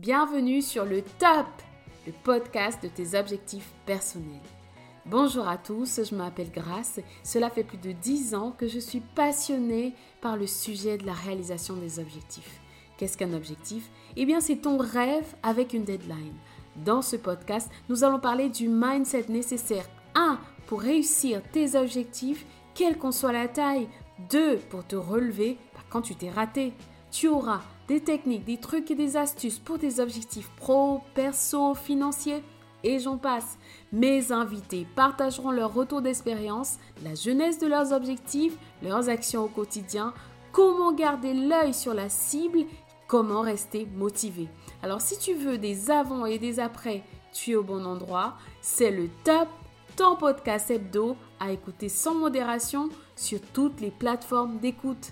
Bienvenue sur le Top, le podcast de tes objectifs personnels. Bonjour à tous, je m'appelle Grace. Cela fait plus de 10 ans que je suis passionnée par le sujet de la réalisation des objectifs. Qu'est-ce qu'un objectif ? Eh bien, c'est ton rêve avec une deadline. Dans ce podcast, nous allons parler du mindset nécessaire. 1. Pour réussir tes objectifs, quelle qu'en soit la taille. 2. Pour te relever quand tu t'es raté. Tu auras des techniques, des trucs et des astuces pour tes objectifs pro, perso, financiers et j'en passe. Mes invités partageront leur retour d'expérience, la jeunesse de leurs objectifs, leurs actions au quotidien, comment garder l'œil sur la cible, comment rester motivé. Alors si tu veux des avant et des après, tu es au bon endroit. C'est le Top, ton podcast hebdo à écouter sans modération sur toutes les plateformes d'écoute.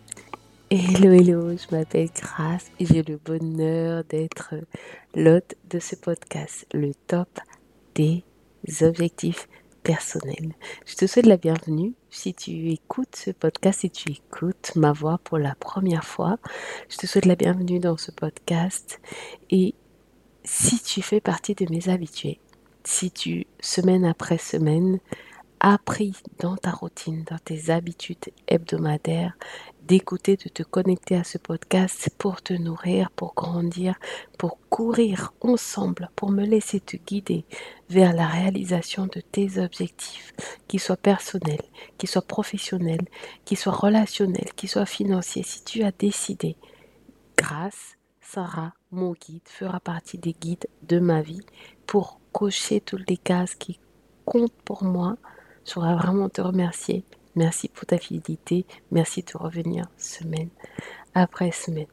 Hello, je m'appelle Grace et j'ai le bonheur d'être l'hôte de ce podcast, le Top des objectifs personnels. Je te souhaite la bienvenue si tu écoutes ce podcast, si tu écoutes ma voix pour la première fois. Je te souhaite la bienvenue dans ce podcast et si tu fais partie de mes habitués, si tu, semaine après semaine, as pris dans ta routine, dans tes habitudes hebdomadaires, d'écouter, de te connecter à ce podcast pour te nourrir, pour grandir, pour courir ensemble, pour me laisser te guider vers la réalisation de tes objectifs, qu'ils soient personnels, qu'ils soient professionnels, qu'ils soient relationnels, qu'ils soient financiers. Si tu as décidé, Grace sera mon guide, fera partie des guides de ma vie pour cocher toutes les cases qui comptent pour moi. Je voudrais vraiment te remercier. Merci pour ta fidélité. Merci de revenir semaine après semaine.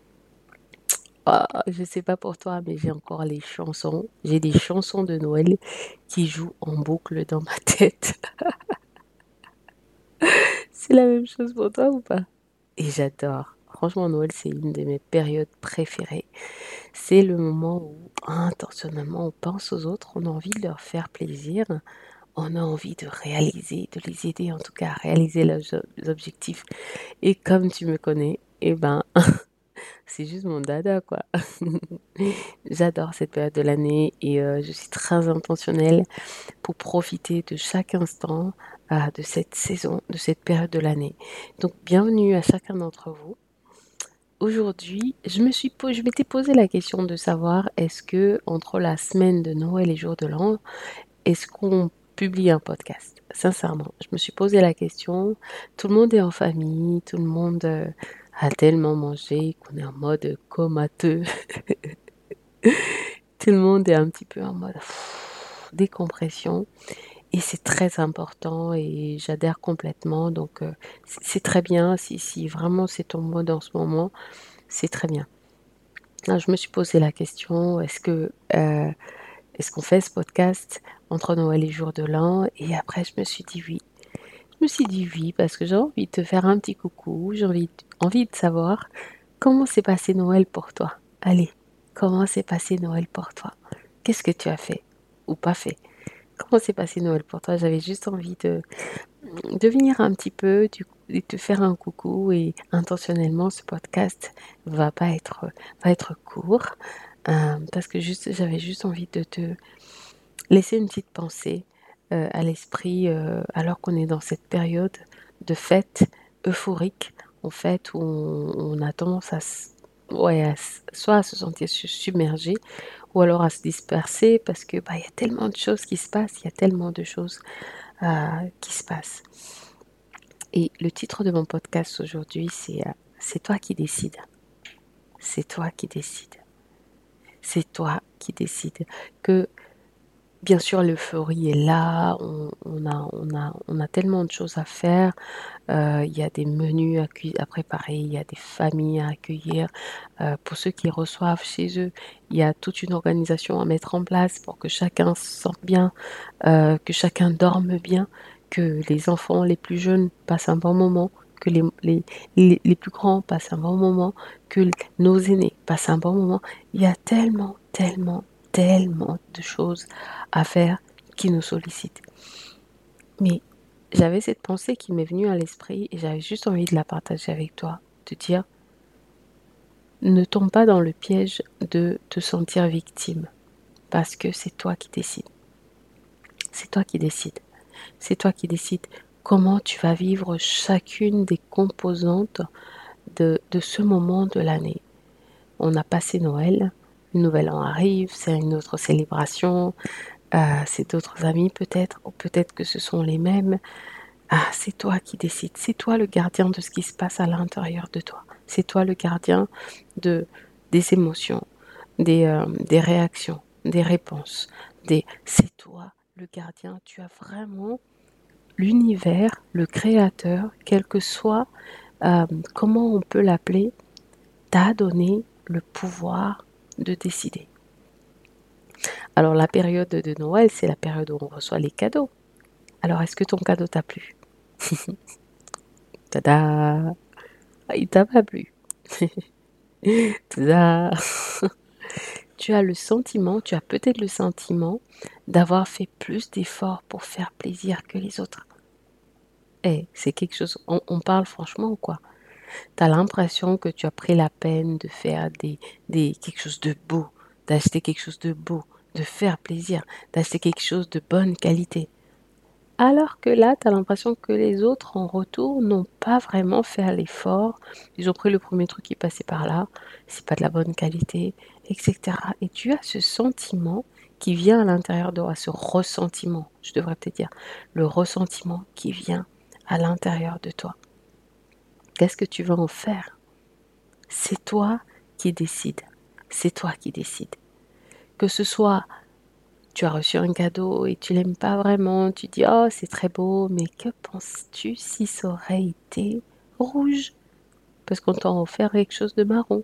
Oh, je ne sais pas pour toi, mais j'ai encore les chansons. J'ai des chansons de Noël qui jouent en boucle dans ma tête. C'est la même chose pour toi ou pas? Et j'adore. Franchement, Noël, c'est une de mes périodes préférées. C'est le moment où, intentionnellement, on pense aux autres, on a envie de leur faire plaisir. On a envie de réaliser, de les aider en tout cas à réaliser leurs objectifs. Et comme tu me connais, eh ben, c'est juste mon dada, quoi. J'adore cette période de l'année et je suis très intentionnelle pour profiter de chaque instant de cette saison, de cette période de l'année. Donc, bienvenue à chacun d'entre vous. Aujourd'hui, je m'étais posé la question de savoir est-ce que entre la semaine de Noël et jour de l'an, est-ce qu'on publie un podcast? Sincèrement, je me suis posé la question. Tout le monde est en famille, tout le monde a tellement mangé qu'on est en mode comateux. Tout le monde est un petit peu en mode décompression. Et c'est très important et j'adhère complètement. Donc, c'est très bien. Si vraiment c'est ton mode en ce moment, c'est très bien. Alors, je me suis posé la question, est-ce qu'on fait ce podcast entre Noël et jour de l'an? Et après, je me suis dit oui. Je me suis dit oui parce que j'ai envie de te faire un petit coucou. J'ai envie de savoir comment s'est passé Noël pour toi. Allez, comment s'est passé Noël pour toi? Qu'est-ce que tu as fait ou pas fait? Comment s'est passé Noël pour toi? J'avais juste envie de venir un petit peu, de te faire un coucou et intentionnellement, ce podcast va être court parce que j'avais juste envie de te laisser une petite pensée à l'esprit alors qu'on est dans cette période de fête euphorique, en fait, où on a tendance soit à se sentir submergé ou alors à se disperser parce que il y a tellement de choses qui se passent, il y a tellement de choses qui se passent. Et le titre de mon podcast aujourd'hui, c'est toi qui décides. C'est toi qui décides. C'est toi qui décides. Que bien sûr, l'euphorie est là, on a tellement de choses à faire, il y a des menus à préparer, il y a des familles à accueillir. Pour ceux qui reçoivent chez eux, il y a toute une organisation à mettre en place pour que chacun se sente bien, que chacun dorme bien, que les enfants les plus jeunes passent un bon moment, que les plus grands passent un bon moment, que nos aînés passent un bon moment. Il y a tellement de choses à faire qui nous sollicitent. Mais j'avais cette pensée qui m'est venue à l'esprit et j'avais juste envie de la partager avec toi, de dire ne tombe pas dans le piège de te sentir victime, parce que c'est toi qui décides. C'est toi qui décides. C'est toi qui décides comment tu vas vivre chacune des composantes de ce moment de l'année. On a passé Noël, le Nouvel An arrive, c'est une autre célébration, c'est d'autres amis peut-être, ou peut-être que ce sont les mêmes. Ah, c'est toi qui décides, c'est toi le gardien de ce qui se passe à l'intérieur de toi. C'est toi le gardien des émotions, des réactions, des réponses. C'est toi le gardien, tu as vraiment l'univers, le créateur, quel que soit comment on peut l'appeler, t'a donné le pouvoir de décider. Alors la période de Noël, c'est la période où on reçoit les cadeaux. Alors est-ce que ton cadeau t'a plu? Tada! Ah, il t'a pas plu. Tada! Tu as le sentiment, tu as peut-être le sentiment d'avoir fait plus d'efforts pour faire plaisir que les autres. Eh, c'est quelque chose, on parle franchement ou quoi? Tu as l'impression que tu as pris la peine de faire quelque chose de beau, d'acheter quelque chose de beau, de faire plaisir, d'acheter quelque chose de bonne qualité. Alors que là, tu as l'impression que les autres, en retour, n'ont pas vraiment fait l'effort. Ils ont pris le premier truc qui passait par là, c'est pas de la bonne qualité, etc. Et tu as ce sentiment qui vient à l'intérieur de toi, ce ressentiment, je devrais peut-être dire, le ressentiment qui vient à l'intérieur de toi. Qu'est-ce que tu vas en faire? C'est toi qui décides. C'est toi qui décides. Que ce soit, tu as reçu un cadeau et tu l'aimes pas vraiment, tu dis oh c'est très beau, mais que penses-tu si ça aurait été rouge? Parce qu'on t'a offert quelque chose de marron.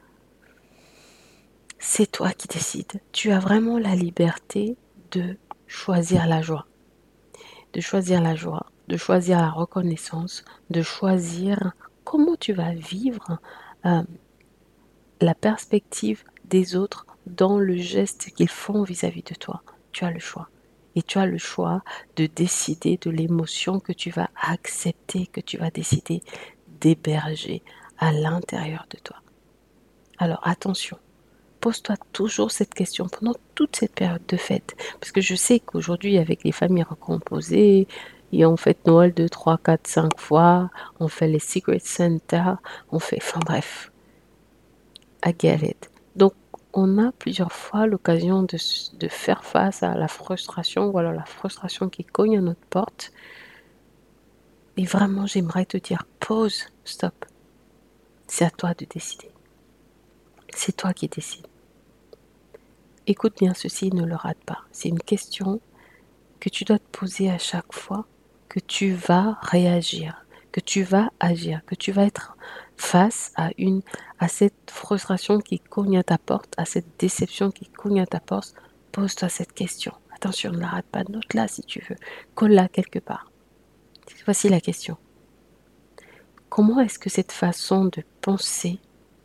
C'est toi qui décides. Tu as vraiment la liberté de choisir la joie, de choisir la joie, de choisir la reconnaissance, de choisir comment tu vas vivre euh, la perspective des autres dans le geste qu'ils font vis-à-vis de toi. Tu as le choix. Et tu as le choix de décider de l'émotion que tu vas accepter, que tu vas décider d'héberger à l'intérieur de toi. Alors attention, pose-toi toujours cette question pendant toute cette période de fête. Parce que je sais qu'aujourd'hui, avec les familles recomposées, et on fête Noël 2, 3, 4, 5 fois, on fait les Secret Santa, on fait, enfin bref, I get it. Donc, on a plusieurs fois l'occasion de faire face à la frustration, ou alors la frustration qui cogne à notre porte. Et vraiment, j'aimerais te dire, pause, stop. C'est à toi de décider. C'est toi qui décides. Écoute bien ceci, ne le rate pas. C'est une question que tu dois te poser à chaque fois que tu vas réagir, que tu vas agir, que tu vas être face à cette frustration qui cogne à ta porte, à cette déception qui cogne à ta porte. Pose-toi cette question. Attention, ne la rate pas, note-la si tu veux, colle-la quelque part. Voici la question. Comment est-ce que cette façon de penser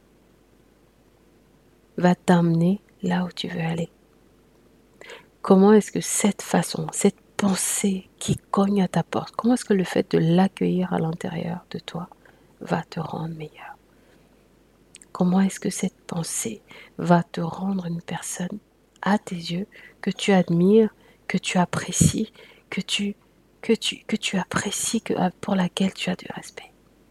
va t'amener là où tu veux aller? Comment est-ce que cette façon, cette pensée qui cogne à ta porte, comment est-ce que le fait de l'accueillir à l'intérieur de toi va te rendre meilleur? Comment est-ce que cette pensée va te rendre une personne à tes yeux que tu admires, que tu apprécies, que tu apprécies, pour laquelle tu as du respect?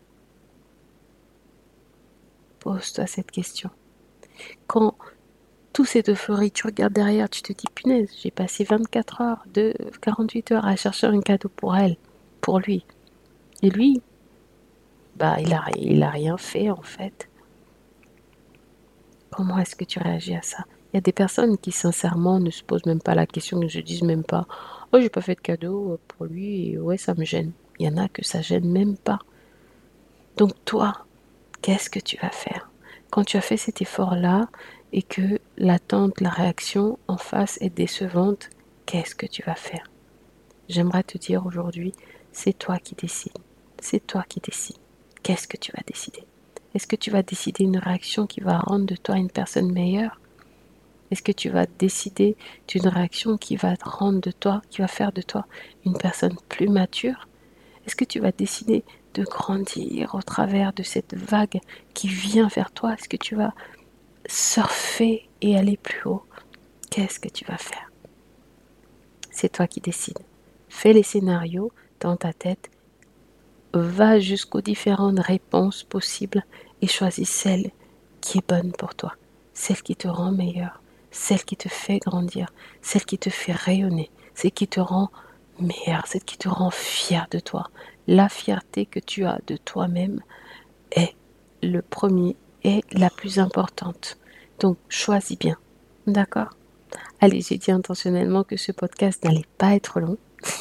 Pose-toi cette question. Quand tout cette euphorie, tu regardes derrière, tu te dis punaise, j'ai passé 24 heures, 48 heures à chercher un cadeau pour elle, pour lui. Et lui, bah il a rien fait en fait. Comment est-ce que tu réagis à ça? Il y a des personnes qui sincèrement ne se posent même pas la question, ne se disent même pas oh j'ai pas fait de cadeau pour lui et ouais ça me gêne. Il y en a que ça gêne même pas. Donc toi, qu'est-ce que tu vas faire? Quand tu as fait cet effort-là et que l'attente, la réaction en face est décevante, qu'est-ce que tu vas faire? J'aimerais te dire aujourd'hui, c'est toi qui décides. C'est toi qui décides. Qu'est-ce que tu vas décider? Est-ce que tu vas décider une réaction qui va rendre de toi une personne meilleure? Est-ce que tu vas décider d'une réaction qui va rendre de toi, qui va faire de toi une personne plus mature? Est-ce que tu vas décider de grandir au travers de cette vague qui vient vers toi? Est-ce que tu vas surfer et aller plus haut? Qu'est-ce que tu vas faire? C'est toi qui décides. Fais les scénarios dans ta tête, va jusqu'aux différentes réponses possibles et choisis celle qui est bonne pour toi, celle qui te rend meilleur, celle qui te fait grandir, celle qui te fait rayonner, celle qui te rend meilleur, celle qui te rend fier de toi. La fierté que tu as de toi-même est le premier et la plus importante. Donc, choisis bien. D'accord? Allez, j'ai dit intentionnellement que ce podcast n'allait pas être long.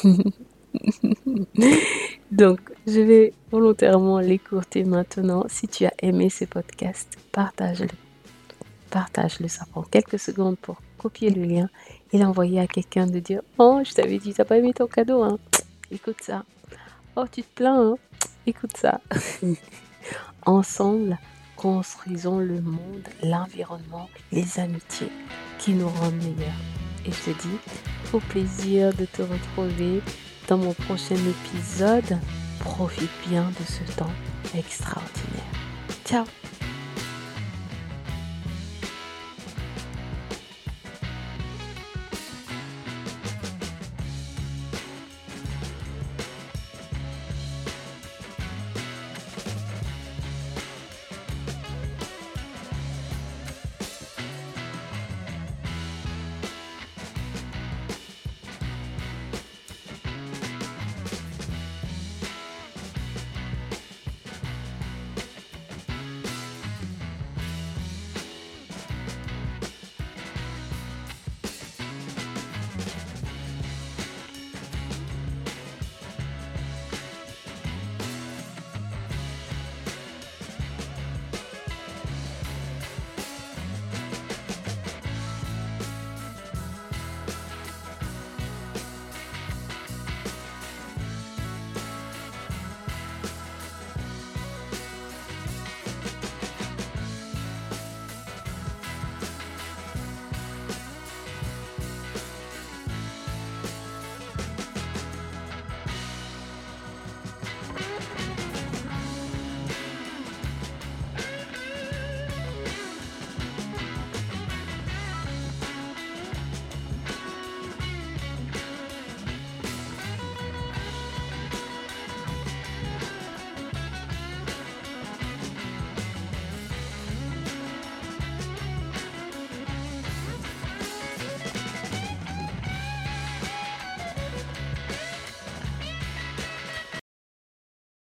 Donc, je vais volontairement l'écourter maintenant. Si tu as aimé ce podcast, partage-le. Partage-le, ça prend quelques secondes pour copier le lien et l'envoyer à quelqu'un, de dire « Oh, je t'avais dit, t'as pas aimé ton cadeau, hein? Écoute ça. Oh, tu te plains, hein? Écoute ça. » Ensemble, construisons le monde, l'environnement, les amitiés qui nous rendent meilleurs. Et je te dis, au plaisir de te retrouver dans mon prochain épisode. Profite bien de ce temps extraordinaire. Ciao!